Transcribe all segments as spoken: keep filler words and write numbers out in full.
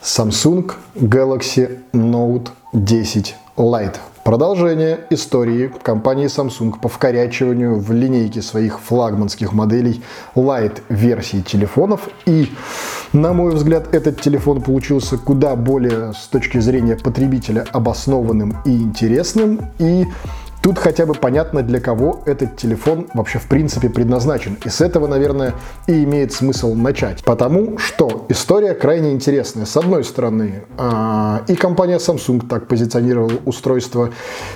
Samsung Galaxy Note десять Lite. Продолжение истории компании Samsung по вкорячиванию в линейке своих флагманских моделей Lite версий телефонов. И, на мой взгляд, этот телефон получился куда более, с точки зрения потребителя, обоснованным и интересным. И тут хотя бы понятно, для кого этот телефон вообще в принципе предназначен. И с этого, наверное, и имеет смысл начать. Потому что история крайне интересная. С одной стороны, и компания Samsung так позиционировала устройство,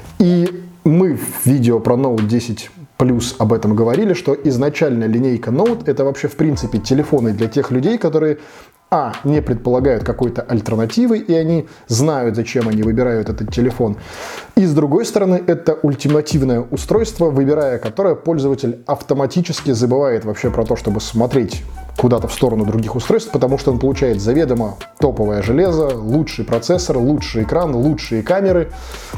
и мы в видео про Note десять Plus об этом говорили, что изначально линейка Note — это вообще в принципе телефоны для тех людей, которые а. не предполагают какой-то альтернативы, и они знают, зачем они выбирают этот телефон. И с другой стороны, это ультимативное устройство, выбирая которое, пользователь автоматически забывает вообще про то, чтобы смотреть куда-то в сторону других устройств, потому что он получает заведомо топовое железо, лучший процессор, лучший экран, лучшие камеры.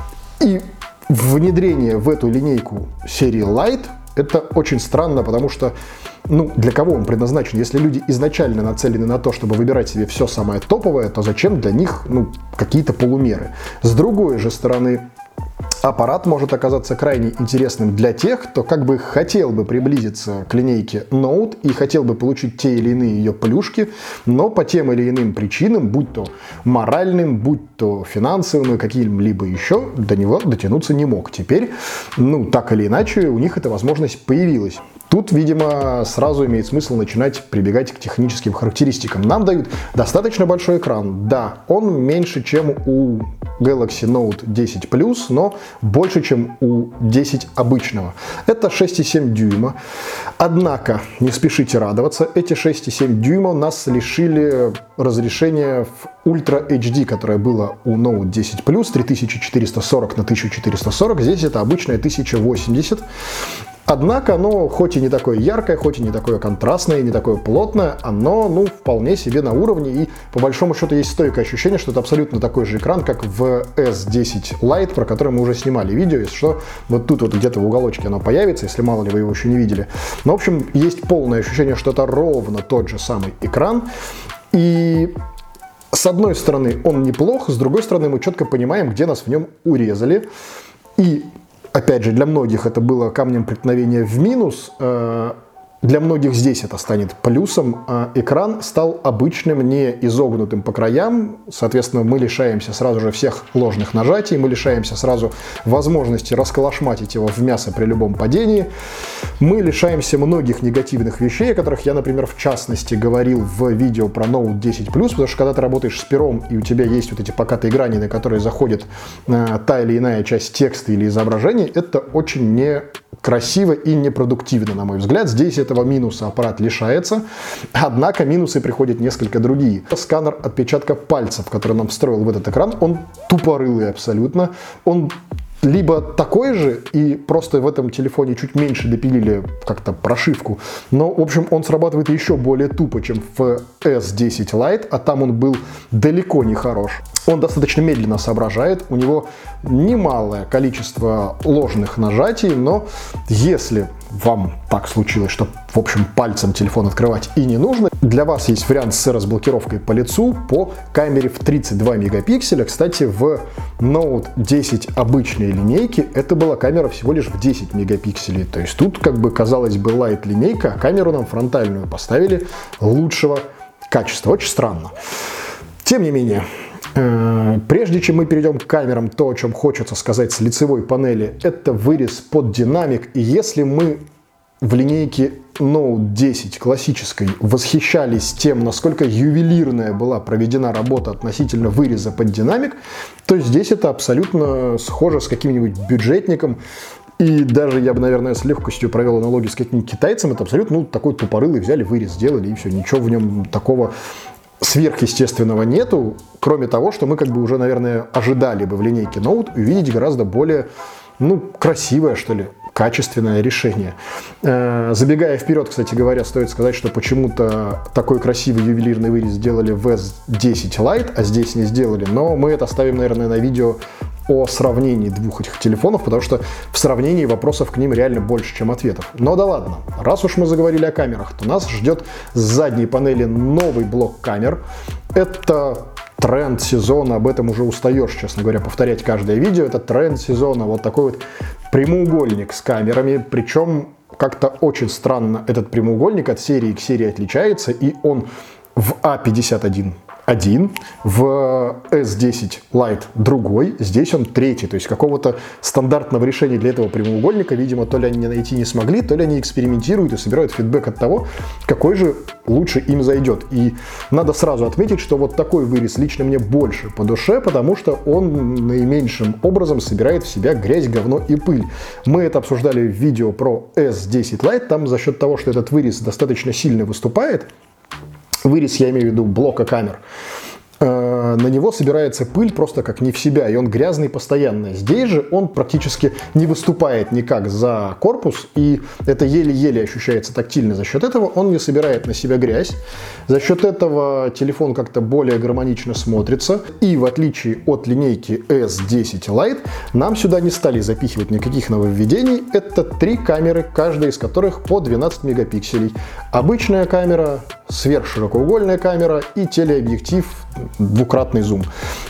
И внедрение в эту линейку серии Lite — это очень странно, потому что, ну, для кого он предназначен? Если люди изначально нацелены на то, чтобы выбирать себе все самое топовое, то зачем для них, ну, какие-то полумеры? С другой же стороны, аппарат может оказаться крайне интересным для тех, кто как бы хотел бы приблизиться к линейке Note и хотел бы получить те или иные ее плюшки, но по тем или иным причинам, будь то моральным, будь то финансовым и каким-либо еще, до него дотянуться не мог. Теперь, ну, так или иначе, у них эта возможность появилась. Тут, видимо, сразу имеет смысл начинать прибегать к техническим характеристикам. Нам дают достаточно большой экран. Да, он меньше, чем у Galaxy Note десять Plus, но больше, чем у десять обычного. Это шесть и семь дюйма. Однако, не спешите радоваться, эти шесть и семь дюйма нас лишили разрешения в Ultra эйч ди, которое было у Note десять Plus, три тысячи четыреста сорок на тысяча четыреста сорок. Здесь это обычное тысяча восемьдесят. Однако оно хоть и не такое яркое, хоть и не такое контрастное, и не такое плотное, оно, ну, вполне себе на уровне, и по большому счету есть стойкое ощущение, что это абсолютно такой же экран, как в эс десять Lite, про который мы уже снимали видео, если что, вот тут вот где-то в уголочке оно появится, если мало ли вы его еще не видели. Но, в общем, есть полное ощущение, что это ровно тот же самый экран, и с одной стороны он неплох, с другой стороны мы четко понимаем, где нас в нем урезали, и опять же, для многих это было камнем преткновения в минус. Для многих здесь это станет плюсом. Экран стал обычным, не изогнутым по краям. Соответственно, мы лишаемся сразу же всех ложных нажатий. Мы лишаемся сразу возможности расколошматить его в мясо при любом падении. Мы лишаемся многих негативных вещей, о которых я, например, в частности говорил в видео про Note десять Plus. Потому что когда ты работаешь с пером, и у тебя есть вот эти покатые грани, на которые заходит та или иная часть текста или изображения, это очень некрасиво и непродуктивно, на мой взгляд. Здесь этого минуса аппарат лишается, однако минусы приходят несколько другие. Сканер отпечатка пальцев, который нам встроил в этот экран, он тупорылый абсолютно. Он либо такой же, и просто в этом телефоне чуть меньше допилили как-то прошивку, но, в общем, он срабатывает еще более тупо, чем в эс десять Lite, а там он был далеко не хорош. Он достаточно медленно соображает, у него немалое количество ложных нажатий, но если вам так случилось, что, в общем, пальцем телефон открывать и не нужно, для вас есть вариант с разблокировкой по лицу по камере в тридцать два мегапикселя. Кстати, в Note десять обычной линейки это была камера всего лишь в десять мегапикселей. То есть тут, как бы, казалось бы, Lite линейка, а камеру нам фронтальную поставили лучшего качества. Очень странно. Тем не менее, прежде чем мы перейдем к камерам, то, о чем хочется сказать с лицевой панели, это вырез под динамик. И если мы в линейке Note десять классической восхищались тем, насколько ювелирная была проведена работа относительно выреза под динамик, то здесь это абсолютно схоже с каким-нибудь бюджетником. И даже я бы, наверное, с легкостью провел аналогию с каким-нибудь китайцем. Это абсолютно, ну, такой тупорылый, взяли, вырез сделали, и все, ничего в нем такого сверхъестественного нету, кроме того, что мы, как бы, уже, наверное, ожидали бы в линейке Note увидеть гораздо более, ну, красивое, что ли, качественное решение. Забегая вперед, кстати говоря, стоит сказать, что почему-то такой красивый ювелирный вырез сделали в эс десять Lite, а здесь не сделали, но мы это оставим, наверное, на видео о сравнении двух этих телефонов, потому что в сравнении вопросов к ним реально больше, чем ответов. Но да ладно, раз уж мы заговорили о камерах, то нас ждет с задней панели новый блок камер. Это тренд сезона, об этом уже устаешь, честно говоря, повторять каждое видео. Это тренд сезона, вот такой вот прямоугольник с камерами, причем как-то очень странно этот прямоугольник от серии к серии отличается, и он в а пятьдесят один один, в эс десять Lite другой, здесь он третий, то есть какого-то стандартного решения для этого прямоугольника, видимо, то ли они найти не смогли, то ли они экспериментируют и собирают фидбэк от того, какой же лучше им зайдет. И надо сразу отметить, что вот такой вырез лично мне больше по душе, потому что он наименьшим образом собирает в себя грязь, говно и пыль. Мы это обсуждали в видео про эс десять Lite, там за счет того, что этот вырез достаточно сильно выступает, вырез, я имею в виду блока камер, на него собирается пыль просто как не в себя, и он грязный постоянно. Здесь же он практически не выступает никак за корпус, и это еле-еле ощущается тактильно. За счет этого он не собирает на себя грязь, за счет этого телефон как-то более гармонично смотрится, и в отличие от линейки эс десять Lite, нам сюда не стали запихивать никаких нововведений. Это три камеры, каждая из которых по двенадцать мегапикселей. Обычная камера, сверхширокоугольная камера и телеобъектив, двукратный зум.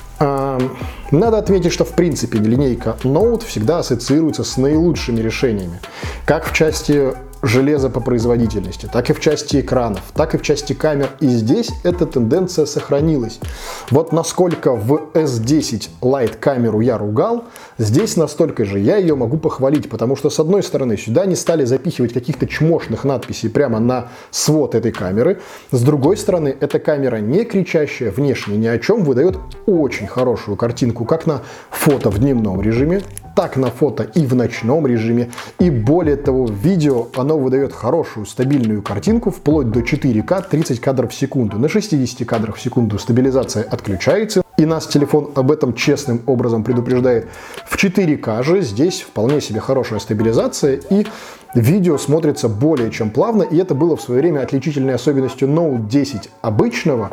Надо отметить, что в принципе линейка Note всегда ассоциируется с наилучшими решениями, как в части железа по производительности, так и в части экранов, так и в части камер. И здесь эта тенденция сохранилась. Вот насколько в эс десять Lite камеру я ругал, здесь настолько же я ее могу похвалить, потому что с одной стороны сюда не стали запихивать каких-то чмошных надписей прямо на свод этой камеры, с другой стороны эта камера не кричащая внешне ни о чем, выдает очень хорошую картинку как на фото в дневном режиме, так на фото и в ночном режиме, и более того, в видео оно выдает хорошую стабильную картинку вплоть до четыре ка тридцать кадров в секунду. На шестидесяти кадрах в секунду стабилизация отключается, и нас телефон об этом честным образом предупреждает. В четыре ка же здесь вполне себе хорошая стабилизация, и видео смотрится более чем плавно, и это было в свое время отличительной особенностью ноут десять обычного,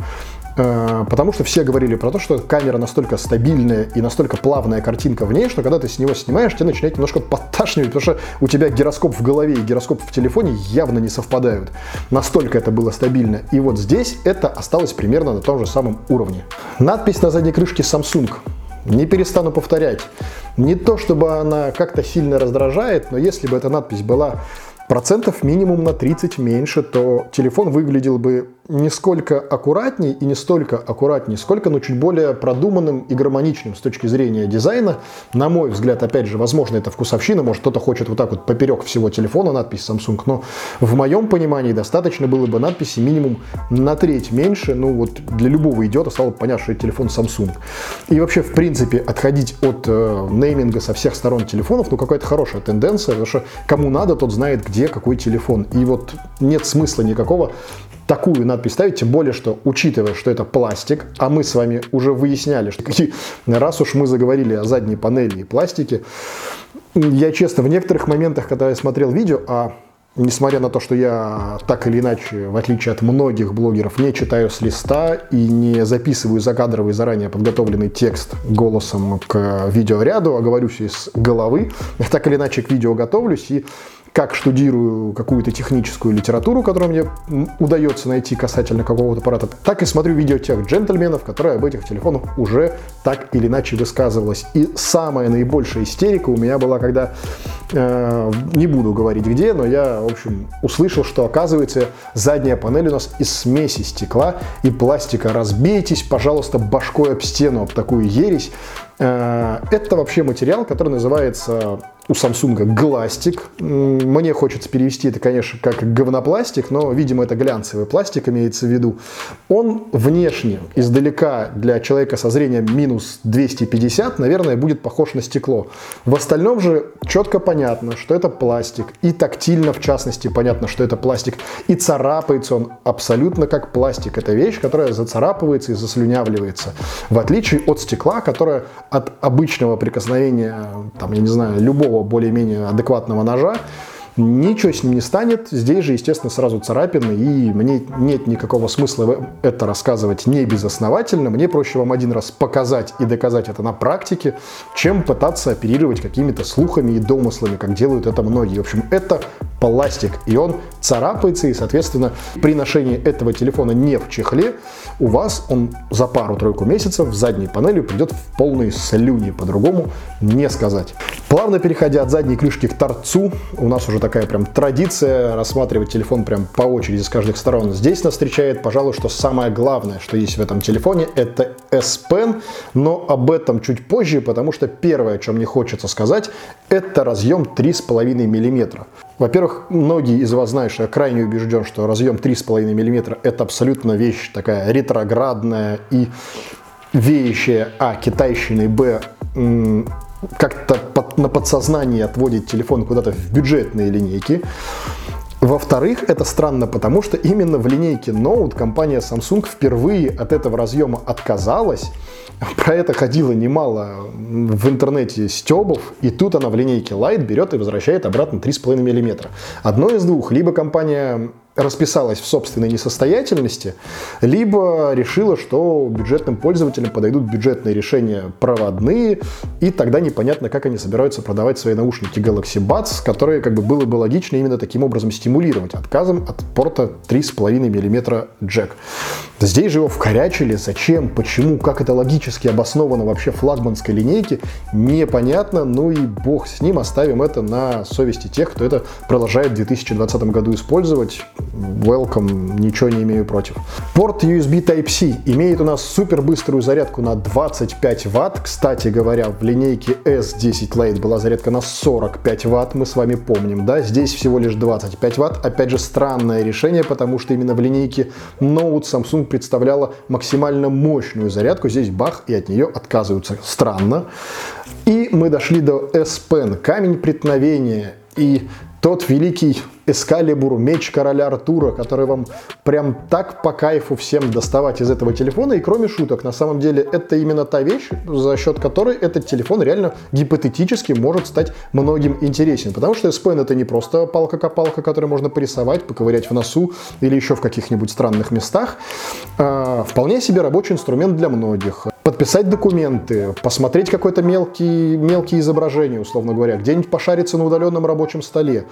потому что все говорили про то, что камера настолько стабильная и настолько плавная картинка в ней, что когда ты с него снимаешь, тебе начинает немножко подташнивать, потому что у тебя гироскоп в голове и гироскоп в телефоне явно не совпадают. Настолько это было стабильно. И вот здесь это осталось примерно на том же самом уровне. Надпись на задней крышке Samsung. Не перестану повторять. Не то чтобы она как-то сильно раздражает, но если бы эта надпись была процентов минимум на тридцать меньше, то телефон выглядел бы не сколько аккуратней и не столько аккуратней, сколько, но чуть более продуманным и гармоничным с точки зрения дизайна. На мой взгляд, опять же, возможно, это вкусовщина, может, кто-то хочет вот так вот поперек всего телефона надпись Samsung, но в моем понимании достаточно было бы надписи минимум на треть меньше. Ну вот для любого идиота стало бы понятно, что это телефон Samsung. И вообще, в принципе, отходить от э, нейминга со всех сторон телефонов, ну какая-то хорошая тенденция, потому что кому надо, тот знает, где какой телефон. И вот нет смысла никакого такую надпись ставить, тем более, что, учитывая, что это пластик, а мы с вами уже выясняли, что раз уж мы заговорили о задней панели и пластике, я честно, в некоторых моментах, когда я смотрел видео, а несмотря на то, что я так или иначе, в отличие от многих блогеров, не читаю с листа и не записываю закадровый заранее подготовленный текст голосом к видеоряду, а говорю все из головы, я так или иначе к видео готовлюсь и как штудирую какую-то техническую литературу, которую мне удается найти касательно какого-то аппарата, так и смотрю видео тех джентльменов, которые об этих телефонах уже так или иначе высказывалась. И самая наибольшая истерика у меня была, когда, э, не буду говорить где, но я, в общем, услышал, что, оказывается, задняя панель у нас из смеси стекла и пластика. Разбейтесь, пожалуйста, башкой об стену, об такую ересь. Это вообще материал, который называется у Samsung гластик. Мне хочется перевести это, конечно, как говнопластик, но, видимо, это глянцевый пластик имеется в виду. Он внешне, издалека, для человека со зрением минус двести пятьдесят, наверное, будет похож на стекло. В остальном же четко понятно, что это пластик. И тактильно, в частности, понятно, что это пластик. И царапается он абсолютно как пластик. Это вещь, которая зацарапывается и заслюнявливается. В отличие от стекла, которое от обычного прикосновения, там, я не знаю, любого более-менее адекватного ножа, ничего с ним не станет. Здесь же, естественно, сразу царапины, и мне нет никакого смысла это рассказывать не безосновательно. Мне проще вам один раз показать и доказать это на практике, чем пытаться оперировать какими-то слухами и домыслами, как делают это многие. В общем, это пластик, и он царапается, и, соответственно, при ношении этого телефона не в чехле, у вас он за пару-тройку месяцев в задней панели придет в полные слюни, по-другому не сказать. Плавно переходя от задней крышки к торцу, у нас уже такая прям традиция рассматривать телефон прям по очереди с каждых сторон. Здесь нас встречает, пожалуй, что самое главное, что есть в этом телефоне, это S Pen, но об этом чуть позже, потому что первое, о чем мне хочется сказать, это разъем три с половиной миллиметра. Во-первых, многие из вас знают, что я крайне убежден, что разъем три с половиной миллиметра это абсолютно вещь такая ретроградная и веющая а китайщиной, б как-то под, на подсознании отводит телефон куда-то в бюджетные линейки. Во-вторых, это странно, потому что именно в линейке Note компания Samsung впервые от этого разъема отказалась. Про это ходило немало в интернете стёбов, и тут она в линейке Lite берет и возвращает обратно три с половиной миллиметра. Одно из двух. Либо компания расписалась в собственной несостоятельности, либо решила, что бюджетным пользователям подойдут бюджетные решения проводные, и тогда непонятно, как они собираются продавать свои наушники Galaxy Buds, которые как бы было бы логично именно таким образом стимулировать отказом от порта три с половиной миллиметра джек. Здесь же его вкорячили. Зачем, почему, как это логически обосновано вообще флагманской линейке, непонятно. Ну и бог с ним, оставим это на совести тех, кто это продолжает в две тысячи двадцатом году использовать. Welcome, ничего не имею против. Порт ю эс би Type-C имеет у нас супер быструю зарядку на двадцать пять ватт. Кстати говоря, в линейке эс десять Lite была зарядка на сорок пять ватт, мы с вами помним, да? Здесь всего лишь двадцать пять ватт. Опять же, странное решение, потому что именно в линейке Note Samsung представляла максимально мощную зарядку. Здесь бах, и от нее отказываются. Странно. И мы дошли до S Pen, камень преткновения, и тот великий Эскалибур, меч короля Артура, который вам прям так по кайфу всем доставать из этого телефона. И кроме шуток, на самом деле это именно та вещь, за счет которой этот телефон реально гипотетически может стать многим интересен. Потому что S Pen это не просто палка-копалка, которую можно порисовать, поковырять в носу или еще в каких-нибудь странных местах. А, вполне себе рабочий инструмент для многих. Подписать документы, посмотреть какое-то мелкие, мелкие изображения, условно говоря, где-нибудь пошариться на удаленном рабочем столе,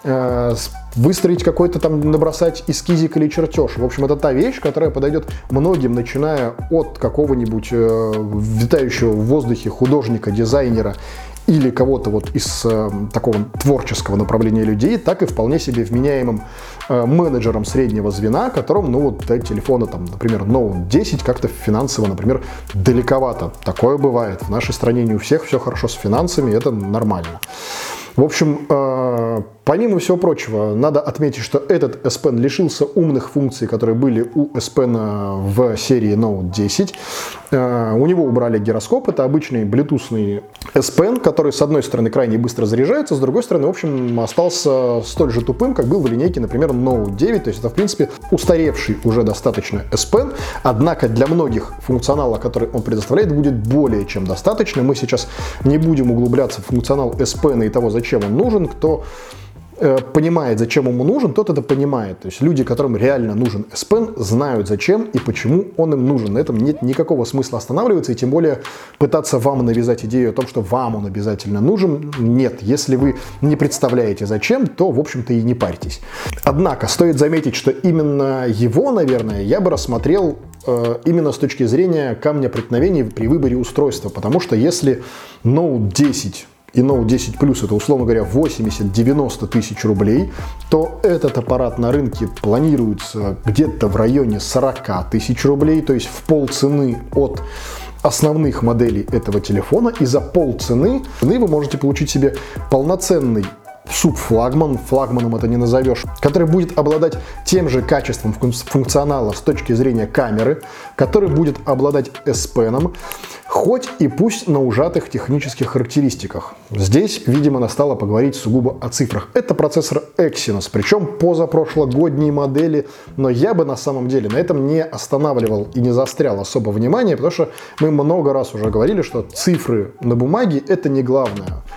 э, выстроить какой-то там, набросать эскизик или чертеж. В общем, это та вещь, которая подойдет многим, начиная от какого-нибудь э, витающего в воздухе художника, дизайнера, или кого-то вот из э, такого творческого направления людей, так и вполне себе вменяемым э, менеджером среднего звена, которым, ну вот, до телефона, там, например, Note десять как-то финансово, например, далековато. Такое бывает. В нашей стране не у всех все хорошо с финансами, это нормально. В общем, э, помимо всего прочего, надо отметить, что этот S Pen лишился умных функций, которые были у S Pen в серии Note десять. Э, у него убрали гироскоп, это обычный блютусный S Pen, который, с одной стороны, крайне быстро заряжается, с другой стороны, в общем, остался столь же тупым, как был в линейке, например, Note девять. То есть это, в принципе, устаревший уже достаточно S Pen, однако для многих функционала, который он предоставляет, будет более чем достаточно. Мы сейчас не будем углубляться в функционал S Pen и того, зачем он нужен. Кто э, понимает, зачем ему нужен, тот это понимает. То есть люди, которым реально нужен S Pen, знают, зачем и почему он им нужен. На этом нет никакого смысла останавливаться, и тем более пытаться вам навязать идею о том, что вам он обязательно нужен. Нет, если вы не представляете зачем, то, в общем-то, и не парьтесь. Однако, стоит заметить, что именно его, наверное, я бы рассмотрел э, именно с точки зрения камня преткновения при выборе устройства. Потому что если Note десять и Note десять плюс это, условно говоря, восемьдесят-девяносто тысяч рублей, то этот аппарат на рынке планируется где-то в районе сорок тысяч рублей, то есть в полцены от основных моделей этого телефона. И за полцены вы можете получить себе полноценный субфлагман, флагманом это не назовешь, который будет обладать тем же качеством функционала с точки зрения камеры, который будет обладать S Pen, хоть и пусть на ужатых технических характеристиках. Здесь, видимо, настало поговорить сугубо о цифрах. Это процессор Exynos, причем позапрошлогодней модели, но я бы на самом деле на этом не останавливал и не заострял особо внимание, потому что мы много раз уже говорили, что цифры на бумаге это не главное.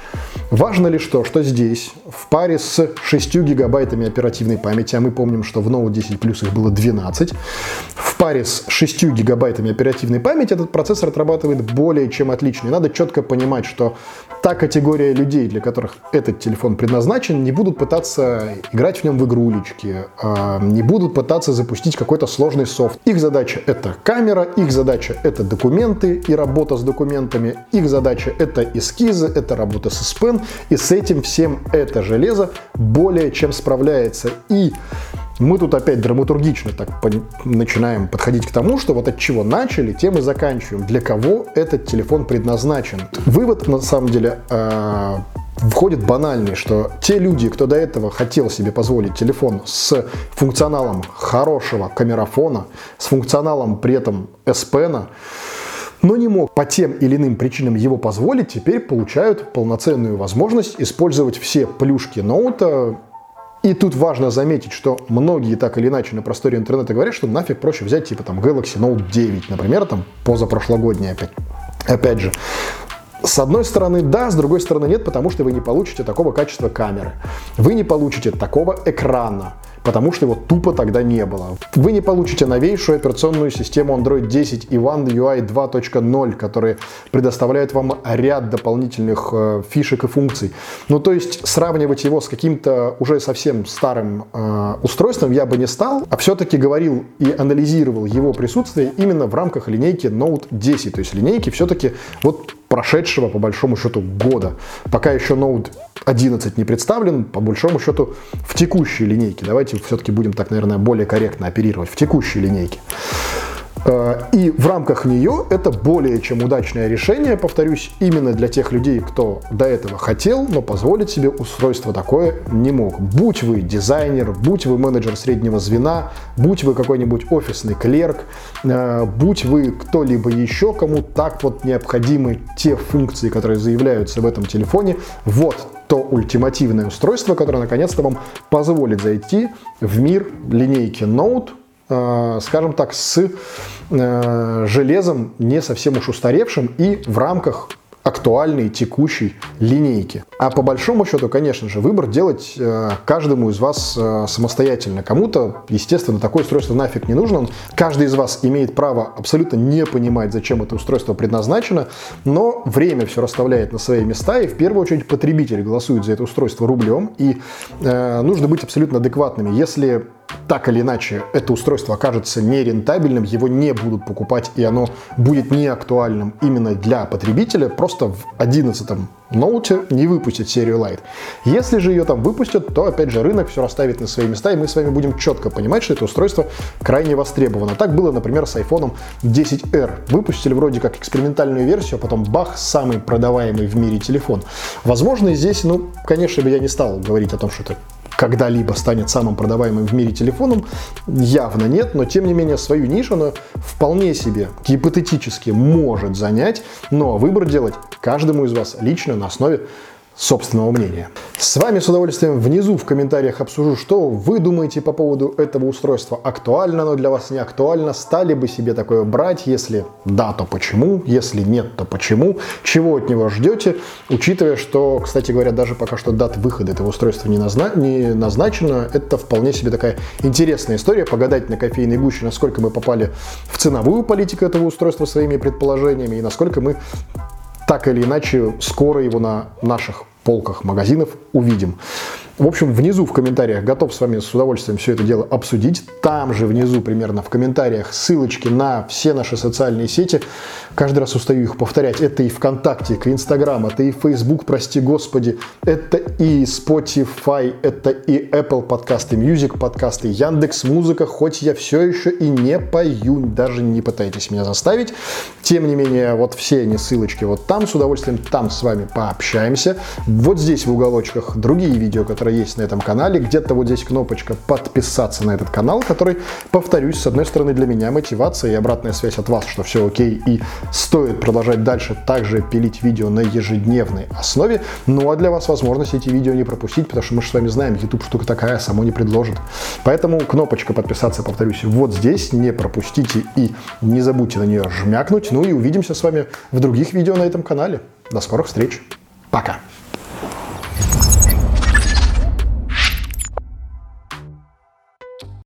Важно ли что, что здесь в паре с шестью гигабайтами оперативной памяти, а мы помним, что в Note десять плюс их было двенадцать, в паре с шестью гигабайтами оперативной памяти этот процессор отрабатывает более чем отлично. И надо четко понимать, что та категория людей, для которых этот телефон предназначен, не будут пытаться играть в нем в игрулечки, не будут пытаться запустить какой-то сложный софт. Их задача — это камера, их задача — это документы и работа с документами, их задача — это эскизы, это работа с эс пен, и с этим всем это железо более чем справляется. И мы тут опять драматургично так начинаем подходить к тому, что вот от чего начали, тем и заканчиваем. Для кого этот телефон предназначен? Вывод, на самом деле, э- входит банальный, что те люди, кто до этого хотел себе позволить телефон с функционалом хорошего камерафона, с функционалом при этом эс пен, но не мог по тем или иным причинам его позволить, теперь получают полноценную возможность использовать все плюшки ноута. И тут важно заметить, что многие так или иначе на просторе интернета говорят, что нафиг проще взять типа там Galaxy Note девять, например, там позапрошлогодний опять. Опять же, с одной стороны да, с другой стороны нет, потому что вы не получите такого качества камеры. Вы не получите такого экрана, потому что его тупо тогда не было. Вы не получите новейшую операционную систему Android десять и One ю ай два точка ноль, которые предоставляют вам ряд дополнительных э, фишек и функций. Ну, то есть сравнивать его с каким-то уже совсем старым э, устройством я бы не стал, а все-таки говорил и анализировал его присутствие именно в рамках линейки Note десять, то есть линейки все-таки вот прошедшего, по большому счету, года. Пока еще Note одиннадцать не представлен, по большому счету, в текущей линейке. Давайте все-таки будем так, наверное, более корректно оперировать. В текущей линейке. И в рамках нее это более чем удачное решение, повторюсь, именно для тех людей, кто до этого хотел, но позволить себе устройство такое не мог. Будь вы дизайнер, будь вы менеджер среднего звена, будь вы какой-нибудь офисный клерк, будь вы кто-либо еще, кому так вот необходимы те функции, которые заявляются в этом телефоне, вот то ультимативное устройство, которое наконец-то вам позволит зайти в мир линейки Note, скажем так, с э, железом не совсем уж устаревшим и в рамках актуальной текущей линейки. А по большому счету, конечно же, выбор делать э, каждому из вас э, самостоятельно. Кому-то, естественно, такое устройство нафиг не нужно. Каждый из вас имеет право абсолютно не понимать, зачем это устройство предназначено, но время все расставляет на свои места, и в первую очередь потребители голосуют за это устройство рублем, и э, нужно быть абсолютно адекватными. Если так или иначе это устройство окажется нерентабельным, его не будут покупать, и оно будет неактуальным именно для потребителя, просто в одиннадцатом ноуте не выпустят серию Lite. Если же ее там выпустят, то опять же рынок все расставит на свои места, и мы с вами будем четко понимать, что это устройство крайне востребовано. Так было, например, с айфон десять эр. Выпустили вроде как экспериментальную версию, а потом бах, самый продаваемый в мире телефон. Возможно, здесь, ну, конечно бы я не стал говорить о том, что это когда-либо станет самым продаваемым в мире телефоном, явно нет, но тем не менее свою нишу она вполне себе гипотетически может занять, но выбор делать каждому из вас лично на основе собственного мнения. С вами с удовольствием внизу в комментариях обсужу, что вы думаете по поводу этого устройства. Актуально оно для вас, не актуально? Стали бы себе такое брать? Если да, то почему? Если нет, то почему? Чего от него ждете? Учитывая, что, кстати говоря, даже пока что дата выхода этого устройства не, назна- не назначена, это вполне себе такая интересная история. Погадать на кофейной гуще, насколько мы попали в ценовую политику этого устройства своими предположениями и насколько мы так или иначе скоро его на наших полках магазинов увидим. В общем, внизу в комментариях готов с вами с удовольствием все это дело обсудить. Там же внизу примерно в комментариях ссылочки на все наши социальные сети. Каждый раз устаю их повторять. Это и ВКонтакте, и Инстаграм, это и Facebook, прости господи. Это и Spotify, это и Apple подкасты, Music подкасты, Яндекс.Музыка. Хоть я все еще и не пою, даже не пытайтесь меня заставить. Тем не менее, вот все они ссылочки вот там. С удовольствием там с вами пообщаемся. Вот здесь в уголочках другие видео, которые есть на этом канале. Где-то вот здесь кнопочка подписаться на этот канал, который, повторюсь, с одной стороны для меня мотивация и обратная связь от вас, что все окей и стоит продолжать дальше также пилить видео на ежедневной основе. Ну а для вас возможность эти видео не пропустить, потому что мы же с вами знаем, YouTube штука такая, само не предложит. Поэтому кнопочка подписаться, повторюсь, вот здесь. Не пропустите и не забудьте на нее жмякнуть. Ну и увидимся с вами в других видео на этом канале. До скорых встреч. Пока.